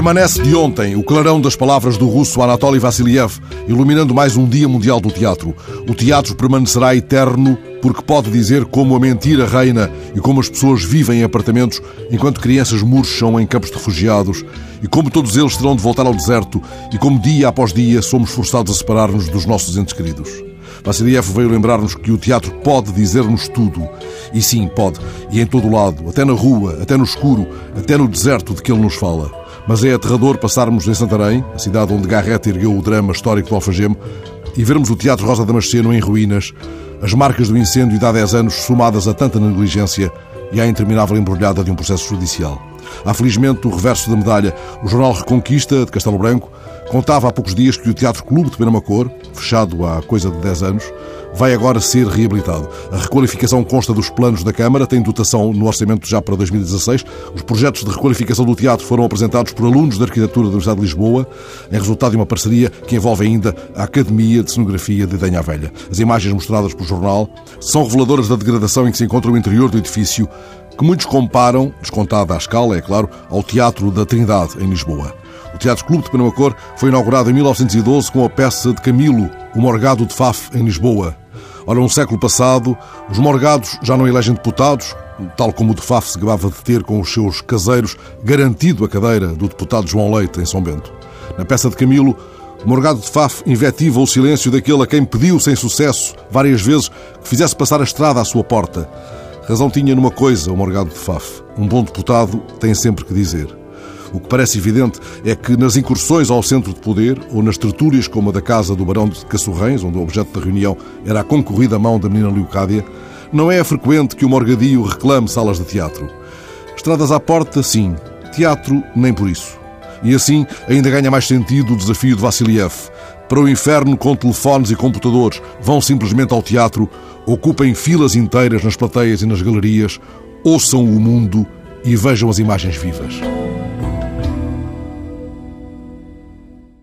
Permanece de ontem o clarão das palavras do russo Anatoly Vassiliev, iluminando mais um Dia Mundial do Teatro. O teatro permanecerá eterno porque pode dizer como a mentira reina e como as pessoas vivem em apartamentos enquanto crianças murcham em campos de refugiados e como todos eles terão de voltar ao deserto e como dia após dia somos forçados a separar-nos dos nossos entes queridos. Vassiliev veio lembrar-nos que o teatro pode dizer-nos tudo. E sim, pode. E em todo o lado, até na rua, até no escuro, até no deserto de que ele nos fala. Mas é aterrador passarmos em Santarém, a cidade onde Garrett ergueu o drama histórico do Alfageme, e vermos o Teatro Rosa Damasceno em ruínas, as marcas do incêndio de há 10 anos somadas a tanta negligência e à interminável embrulhada de um processo judicial. Há felizmente o reverso da medalha. O jornal Reconquista, de Castelo Branco, contava há poucos dias que o Teatro Clube de Penamacor, fechado há coisa de 10 anos, vai agora ser reabilitado. A requalificação consta dos planos da Câmara, tem dotação no orçamento já para 2016. Os projetos de requalificação do teatro foram apresentados por alunos de Arquitetura da Universidade de Lisboa, em resultado de uma parceria que envolve ainda a Academia de Cenografia de Idenha Velha. As imagens mostradas pelo jornal são reveladoras da degradação em que se encontra o interior do edifício, que muitos comparam, descontada à escala, é claro, ao Teatro da Trindade, em Lisboa. O Teatro Clube de Penamacor foi inaugurado em 1912 com a peça de Camilo, O Morgado de Faf, em Lisboa. Ora, um século passado, os morgados já não elegem deputados, tal como o de Faf se gabava de ter com os seus caseiros garantido a cadeira do deputado João Leite, em São Bento. Na peça de Camilo, o morgado de Faf invetiva o silêncio daquele a quem pediu, sem sucesso, várias vezes, que fizesse passar a estrada à sua porta. Razão tinha numa coisa o morgado de Faf: um bom deputado tem sempre que dizer. O que parece evidente é que nas incursões ao centro de poder, ou nas tertúlias como a da casa do Barão de Cassorrens, onde o objeto da reunião era a concorrida mão da menina Leocádia, não é frequente que o morgadio reclame salas de teatro. Estradas à porta, sim. Teatro, nem por isso. E assim ainda ganha mais sentido o desafio de Vassiliev. Para o inferno com telefones e computadores, vão simplesmente ao teatro, ocupem filas inteiras nas plateias e nas galerias, ouçam o mundo e vejam as imagens vivas.